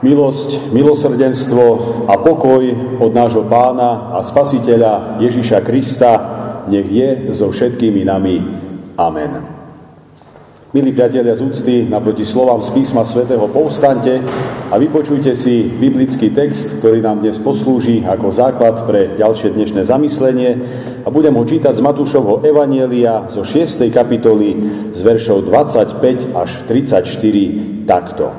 Milosť, milosrdenstvo a pokoj od nášho Pána a Spasiteľa Ježiša Krista nech je so všetkými nami. Amen. Milí priatelia z úcty, naproti slovám z písma svätého povstaňte a vypočujte si biblický text, ktorý nám dnes poslúži ako základ pre ďalšie dnešné zamyslenie a budem ho čítať z Matúšovho evanjelia zo 6. kapitoly z veršov 25 až 34 takto.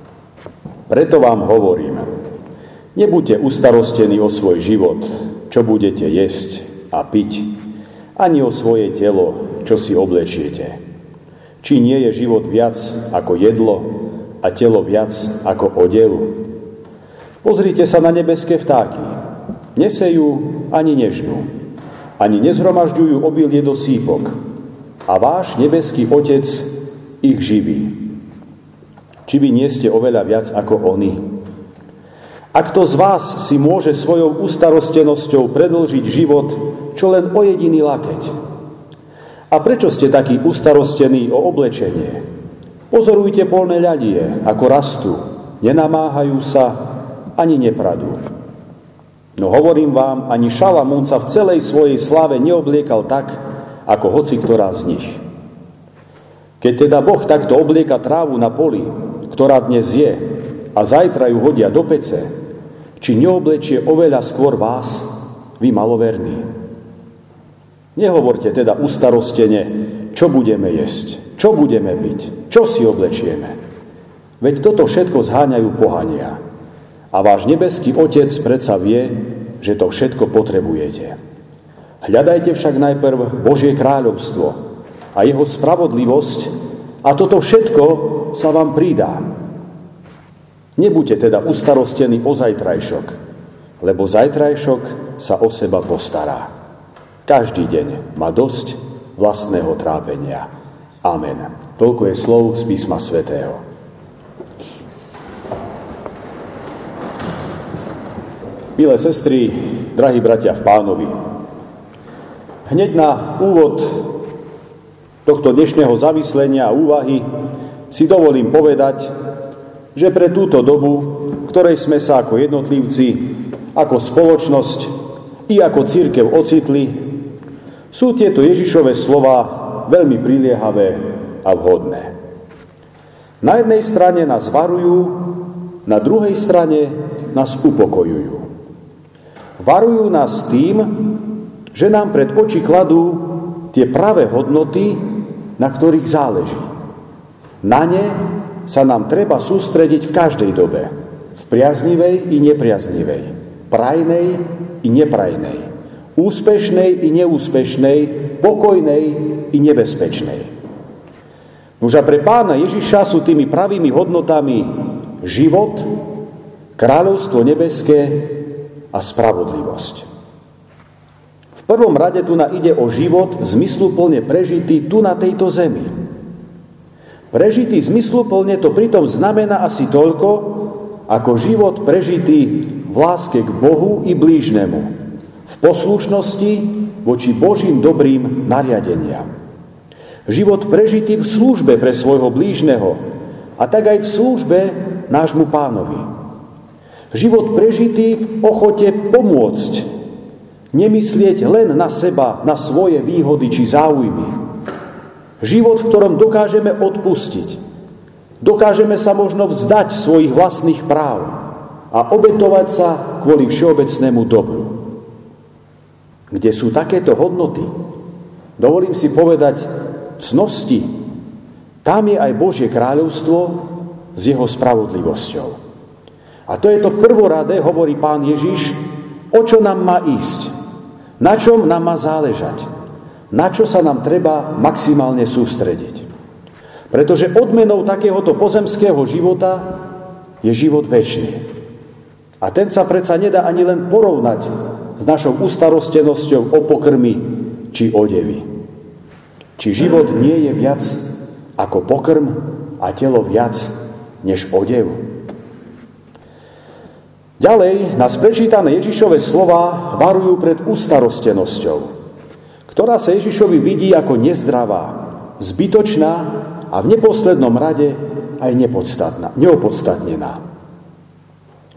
Preto vám hovorím, nebuďte ustarostení o svoj život, čo budete jesť a piť, ani o svoje telo, čo si oblečiete. Či nie je život viac ako jedlo a telo viac ako odev? Pozrite sa na nebeské vtáky. Nesejú ani nežnú, ani nezhromažďujú obilie do sípok. A váš nebeský Otec ich živí. Či vy nie ste oveľa viac ako oni? A kto z vás si môže svojou ustarostenosťou predĺžiť život, čo len o jediný lakeť? A prečo ste takí ustarostení o oblečenie? Pozorujte poľné ľadie, ako rastú, nenamáhajú sa, ani nepradú. No hovorím vám, ani Šalamún sa v celej svojej slave neobliekal tak, ako hoci ktorá z nich. Keď teda Boh takto oblieka trávu na poli, ktorá dnes je, a zajtra ju hodia do pece, či neoblečie oveľa skôr vás, vy maloverní? Nehovorte teda ustarostene, čo budeme jesť, čo budeme piť, čo si oblečieme. Veď toto všetko zháňajú pohania. A váš nebeský Otec predsa vie, že to všetko potrebujete. Hľadajte však najprv Božie kráľovstvo a jeho spravodlivosť, a toto všetko sa vám pridá. Nebuďte teda ustarostení o zajtrajšok, lebo zajtrajšok sa o seba postará. Každý deň má dosť vlastného trápenia. Amen. Toľko je slov z písma svätého. Milé sestry, drahí bratia v Pánovi, hneď na úvod tohto dnešného zamyslenia a úvahy si dovolím povedať, že pre túto dobu, v ktorej sme sa ako jednotlivci, ako spoločnosť i ako cirkev ocitli, sú tieto Ježišove slova veľmi priliehavé a vhodné. Na jednej strane nás varujú, na druhej strane nás upokojujú. Varujú nás tým, že nám pred oči kladú tie pravé hodnoty, na ktorých záleží. Na ne sa nám treba sústrediť v každej dobe. V priaznivej i nepriaznivej. Prajnej i neprajnej. Úspešnej i neúspešnej. Pokojnej i nebezpečnej. Nož a pre Pána Ježiša sú tými pravými hodnotami život, kráľovstvo nebeské a spravodlivosť. V prvom rade tu ide o život zmysluplne prežitý tu na tejto zemi. Prežitý zmysluplne to pritom znamená asi toľko, ako život prežitý v láske k Bohu i blížnemu, v poslušnosti voči Božím dobrým nariadeniam. Život prežitý v službe pre svojho blížneho a tak aj v službe nášmu Pánovi. Život prežitý v ochote pomôcť, nemyslieť len na seba, na svoje výhody či záujmy. Život, v ktorom dokážeme odpustiť. Dokážeme sa možno vzdať svojich vlastných práv a obetovať sa kvôli všeobecnému dobru. Kde sú takéto hodnoty? Dovolím si povedať cnosti. Tam je aj Božie kráľovstvo s jeho spravodlivosťou. A to je to prvoradé, hovorí Pán Ježiš, o čo nám má ísť. Na čom nám má záležať? Na čo sa nám treba maximálne sústrediť? Pretože odmenou takéhoto pozemského života je život večný. A ten sa predsa nedá ani len porovnať s našou ustarostenosťou o pokrmy či odevy. Či život nie je viac ako pokrm a telo viac než odev? Ďalej nás prečítané Ježišove slova varujú pred ustarostenosťou, ktorá sa Ježišovi vidí ako nezdravá, zbytočná a v neposlednom rade aj neopodstatnená.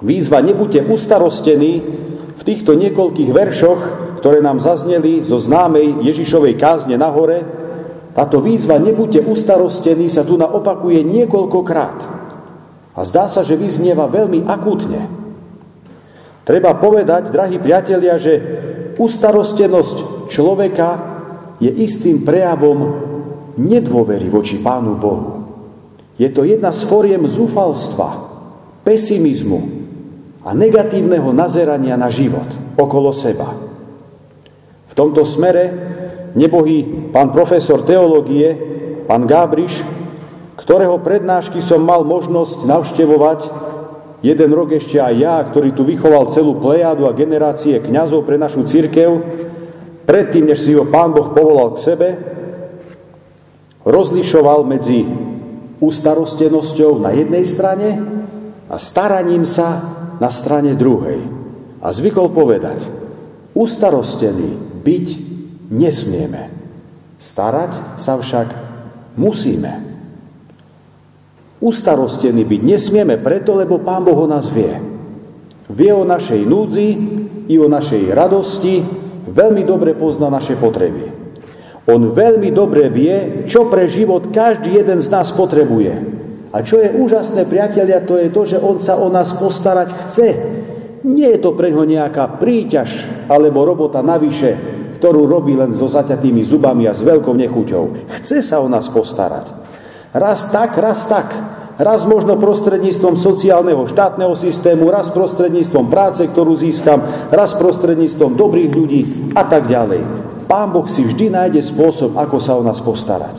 Výzva nebuďte ustarostení v týchto niekoľkých veršoch, ktoré nám zazneli zo známej Ježišovej kázne na hore. Táto výzva nebuďte ustarostení sa tu opakuje niekoľkokrát. A zdá sa, že vyznieva veľmi akútne. Treba povedať, drahí priatelia, že ustarostenosť človeka je istým prejavom nedôvery voči Pánu Bohu. Je to jedna z foriem zúfalstva, pesimizmu a negatívneho nazerania na život okolo seba. V tomto smere nebohý pán profesor teológie, pán Gábriš, ktorého prednášky som mal možnosť navštevovať jeden rok ešte aj ja, ktorý tu vychoval celú plejádu a generácie kňazov pre našu cirkev, predtým, než si ho Pán Boh povolal k sebe, rozlišoval medzi ustarostenosťou na jednej strane a staraním sa na strane druhej. A zvykol povedať, ustarostení byť nesmieme, starať sa však musíme. Ustarostení byť nesmieme preto, lebo Pán Boh o nás vie. Vie o našej núdzi i o našej radosti, veľmi dobre pozná naše potreby. On veľmi dobre vie, čo pre život každý jeden z nás potrebuje. A čo je úžasné, priatelia, to je to, že on sa o nás postarať chce. Nie je to pre ňo nejaká príťaž alebo robota navyše, ktorú robí len so zaťatými zubami a s veľkou nechuťou. Chce sa o nás postarať. Raz tak, raz tak. Raz možno prostredníctvom sociálneho štátneho systému, raz prostredníctvom práce, ktorú získam, raz prostredníctvom dobrých ľudí a tak ďalej. Pán Boh si vždy nájde spôsob, ako sa o nás postarať.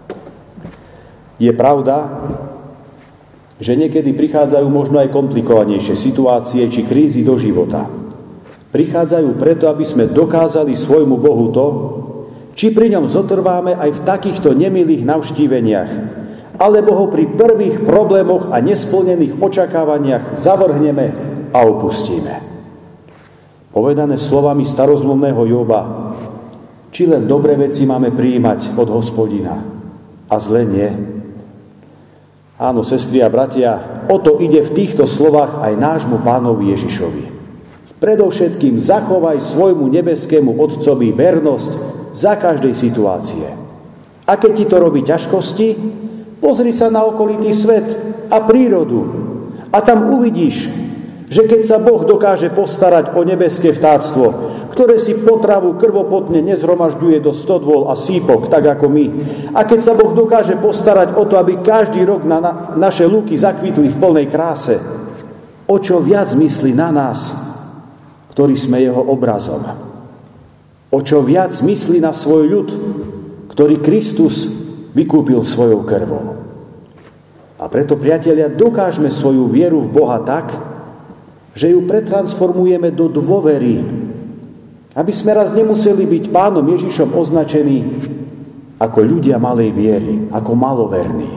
Je pravda, že niekedy prichádzajú možno aj komplikovanejšie situácie či krízy do života. Prichádzajú preto, aby sme dokázali svojmu Bohu to, či pri ňom zotrváme aj v takýchto nemilých navštíveniach, alebo ho pri prvých problémoch a nesplnených očakávaniach zavrhneme a opustíme. Povedané slovami starozmluvného Joba, či len dobré veci máme prijímať od Hospodina a zlé nie. Áno, sestry a bratia, o to ide v týchto slovách aj nášmu Pánovi Ježišovi. Predovšetkým zachovaj svojmu nebeskému Otcovi vernosť za každej situácie. A keď ti to robí ťažkosti, pozri sa na okolitý svet a prírodu a tam uvidíš, že keď sa Boh dokáže postarať o nebeské vtáctvo, ktoré si potravu krvopotne nezhromažďuje do stodôl a sípok, tak ako my. A keď sa Boh dokáže postarať o to, aby každý rok naše lúky zakvitli v plnej kráse, o čo viac myslí na nás, ktorí sme jeho obrazom. O čo viac myslí na svoj ľud, ktorý Kristus vykúpil svojou krvou. A preto, priatelia, dokážme svoju vieru v Boha tak, že ju pretransformujeme do dôvery, aby sme raz nemuseli byť Pánom Ježišom označení ako ľudia malej viery, ako maloverní.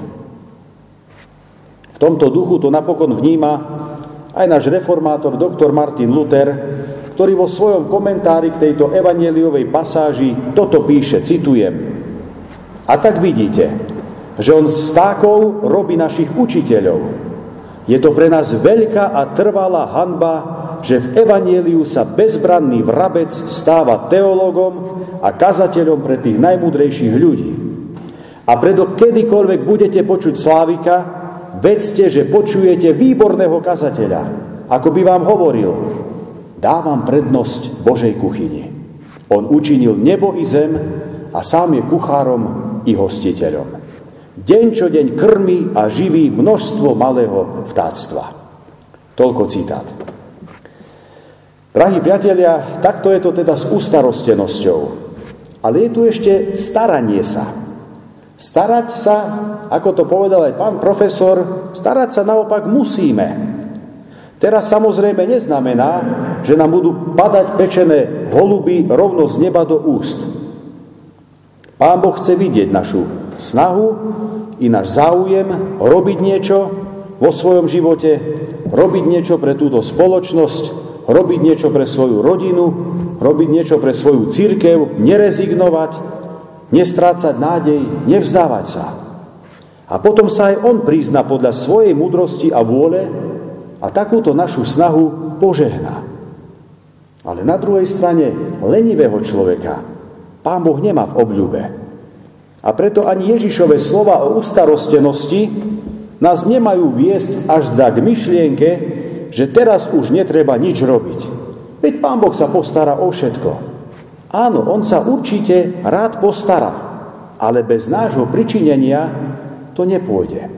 V tomto duchu to napokon vníma aj náš reformátor doktor Martin Luther, ktorý vo svojom komentári k tejto evanjeliovej pasáži toto píše, citujem: A tak vidíte, že on z vtákov robí našich učiteľov. Je to pre nás veľká a trvalá hanba, že v evanjeliu sa bezbranný vrabec stáva teológom a kazateľom pre tých najmúdrejších ľudí. A preto kedykoľvek budete počuť Slávika, vedzte, že počujete výborného kazateľa, ako by vám hovoril: dávam prednosť Božej kuchyni. On učinil nebo i zem a sám je kuchárom i hostiteľom. Deň čo deň krmí a živí množstvo malého vtáctva. Toľko citát. Drahí priatelia, takto je to teda s ustarostenosťou. Ale je tu ešte staranie sa. Starať sa, ako to povedal aj pán profesor, starať sa naopak musíme. Teraz samozrejme neznamená, že nám budú padať pečené holuby rovno z neba do úst. Pán Boh chce vidieť našu snahu i náš záujem robiť niečo vo svojom živote, robiť niečo pre túto spoločnosť, robiť niečo pre svoju rodinu, robiť niečo pre svoju cirkev, nerezignovať, nestrácať nádej, nevzdávať sa. A potom sa aj on prizná podľa svojej múdrosti a vôle, a takúto našu snahu požehná. Ale na druhej strane lenivého človeka Pán Boh nemá v obľúbe. A preto ani Ježišove slova o ustarostenosti nás nemajú viesť až k myšlienke, že teraz už netreba nič robiť. Veď Pán Boh sa postará o všetko. Áno, on sa určite rád postará, ale bez nášho pričinenia to nepôjde.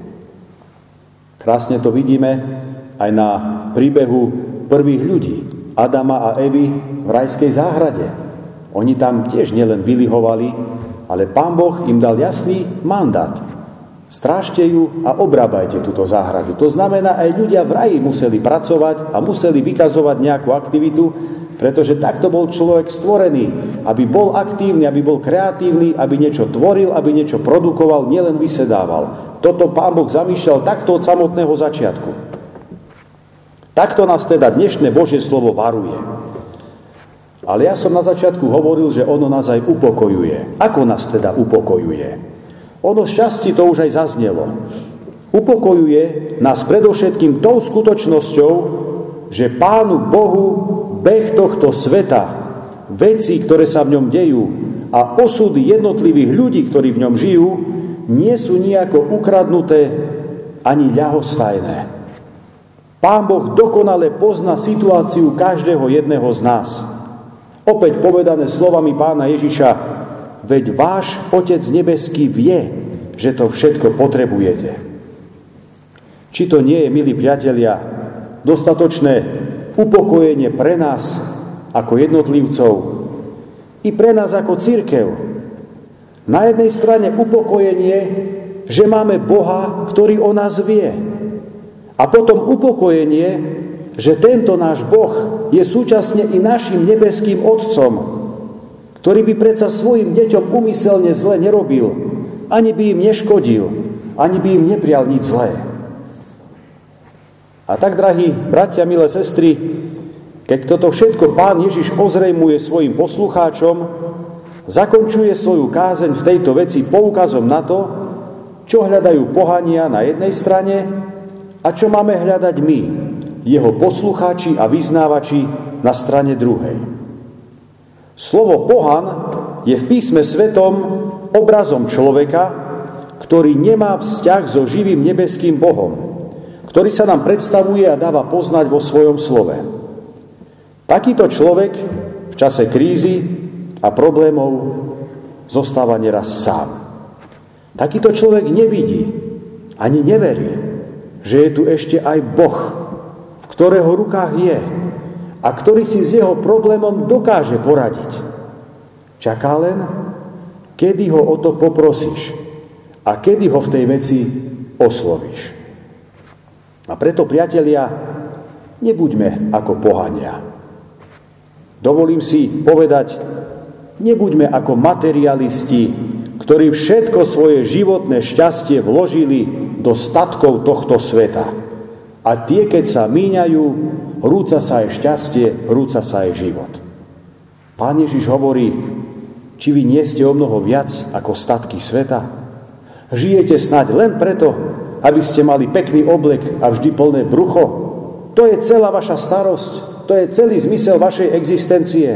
Krásne to vidíme aj na príbehu prvých ľudí, Adama a Evy v rajskej záhrade. Oni tam tiež nielen vylihovali, ale Pán Boh im dal jasný mandát. Strážte ju a obrábajte túto záhradu. To znamená, aj ľudia v raji museli pracovať a museli vykazovať nejakú aktivitu, pretože takto bol človek stvorený, aby bol aktívny, aby bol kreatívny, aby niečo tvoril, aby niečo produkoval, nielen vysedával. Toto Pán Boh zamýšľal takto od samotného začiatku. Takto nás teda dnešné Božie slovo varuje. Ale ja som na začiatku hovoril, že ono nás aj upokojuje. Ako nás teda upokojuje? Ono šťastie to už aj zaznelo. Upokojuje nás predovšetkým tou skutočnosťou, že Pánu Bohu beh tohto sveta, veci, ktoré sa v ňom dejú a osudy jednotlivých ľudí, ktorí v ňom žijú, nie sú nejako ukradnuté ani ľahostajné. Pán Boh dokonale pozná situáciu každého jedného z nás. Opäť povedané slovami Pána Ježiša, veď váš Otec nebeský vie, že to všetko potrebujete. Či to nie je, milí priatelia, dostatočné upokojenie pre nás ako jednotlivcov i pre nás ako cirkev. Na jednej strane upokojenie, že máme Boha, ktorý o nás vie. A potom upokojenie, že tento náš Boh je súčasne i našim nebeským Otcom, ktorý by predsa svojim deťom úmyselne zle nerobil, ani by im neškodil, ani by im neprial nič zlé. A tak, drahí bratia, milé sestry, keď toto všetko Pán Ježiš ozrejmuje svojim poslucháčom, zakončuje svoju kázeň v tejto veci poukazom na to, čo hľadajú pohania na jednej strane a čo máme hľadať my, jeho poslucháči a vyznávači na strane druhej. Slovo pohan je v písme svetom obrazom človeka, ktorý nemá vzťah so živým nebeským Bohom, ktorý sa nám predstavuje a dáva poznať vo svojom slove. Takýto človek v čase krízy a problémov zostáva neraz sám. Takýto človek nevidí ani neverí, že je tu ešte aj Boh, v ktorého rukách je a ktorý si s jeho problémom dokáže poradiť. Čaká len, kedy ho o to poprosíš a kedy ho v tej veci oslovíš. A preto, priatelia, nebuďme ako pohania. Dovolím si povedať, nebuďme ako materialisti, ktorí všetko svoje životné šťastie vložili do statkov tohto sveta. A tie, keď sa míňajú, rúca sa aj šťastie, rúca sa aj život. Pán Ježiš hovorí, či vy nie ste o mnoho viac ako statky sveta? Žijete snáď len preto, aby ste mali pekný oblek a vždy plné brucho? To je celá vaša starosť, to je celý zmysel vašej existencie.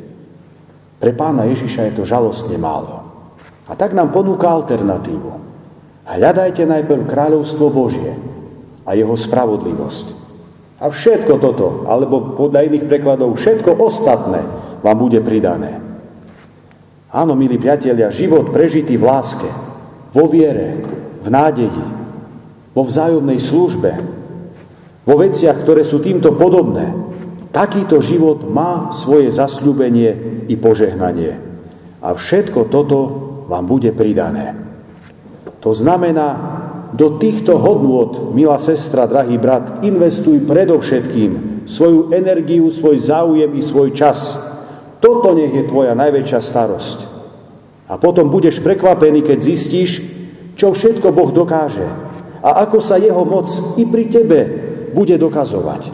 Pre Pána Ježiša je to žalostne málo. A tak nám ponúka alternatívu. Hľadajte najprv kráľovstvo Božie a jeho spravodlivosť. A všetko toto, alebo podľa iných prekladov, všetko ostatné vám bude pridané. Áno, milí priatelia, život prežitý v láske, vo viere, v nádeji, vo vzájomnej službe, vo veciach, ktoré sú týmto podobné, takýto život má svoje zasľúbenie i požehnanie. A všetko toto vám bude pridané. To znamená, do týchto hodnôt, milá sestra, drahý brat, investuj predovšetkým svoju energiu, svoj záujem i svoj čas. Toto nech je tvoja najväčšia starosť. A potom budeš prekvapený, keď zistíš, čo všetko Boh dokáže a ako sa jeho moc i pri tebe bude dokazovať.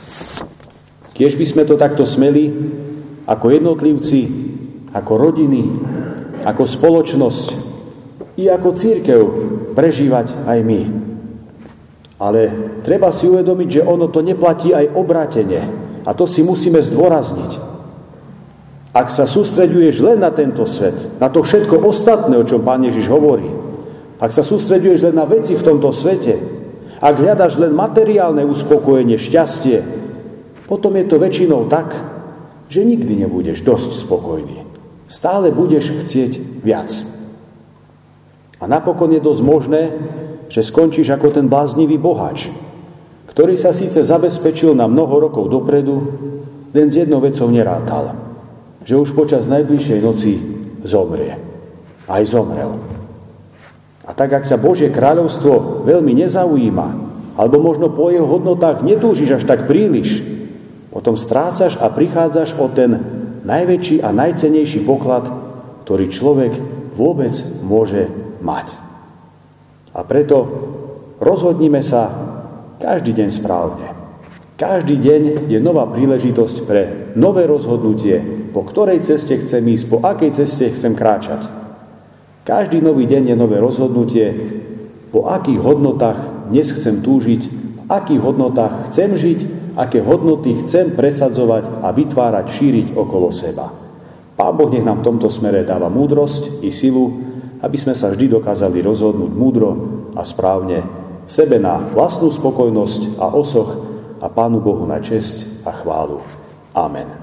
Kiež by sme to takto smeli, ako jednotlivci, ako rodiny, ako spoločnosť i ako cirkev prežívať aj my. Ale treba si uvedomiť, že ono to neplatí aj obrátene. A to si musíme zdôrazniť. Ak sa sústreďuješ len na tento svet, na to všetko ostatné, o čom Pán Ježiš hovorí, ak sa sústreďuješ len na veci v tomto svete, ak hľadaš len materiálne uspokojenie, šťastie, potom je to väčšinou tak, že nikdy nebudeš dosť spokojný. Stále budeš chcieť viac. A napokon je dosť možné, že skončíš ako ten bláznivý boháč, ktorý sa síce zabezpečil na mnoho rokov dopredu, len s jednou vecou nerátal, že už počas najbližšej noci zomrie. Aj zomrel. A tak, ak ťa Božie kráľovstvo veľmi nezaujíma, alebo možno po jeho hodnotách netúžiš až tak príliš, potom strácaš a prichádzaš o ten najväčší a najcennejší poklad, ktorý človek vôbec môže mať. A preto rozhodnime sa každý deň správne. Každý deň je nová príležitosť pre nové rozhodnutie, po ktorej ceste chcem ísť, po akej ceste chcem kráčať. Každý nový deň je nové rozhodnutie, po akých hodnotách dnes chcem túžiť, v akých hodnotách chcem žiť, aké hodnoty chcem presadzovať a vytvárať, šíriť okolo seba. Pán Boh nech nám v tomto smere dáva múdrosť i silu, aby sme sa vždy dokázali rozhodnúť múdro a správne, sebe na vlastnú spokojnosť a osoch a Pánu Bohu na česť a chválu. Amen.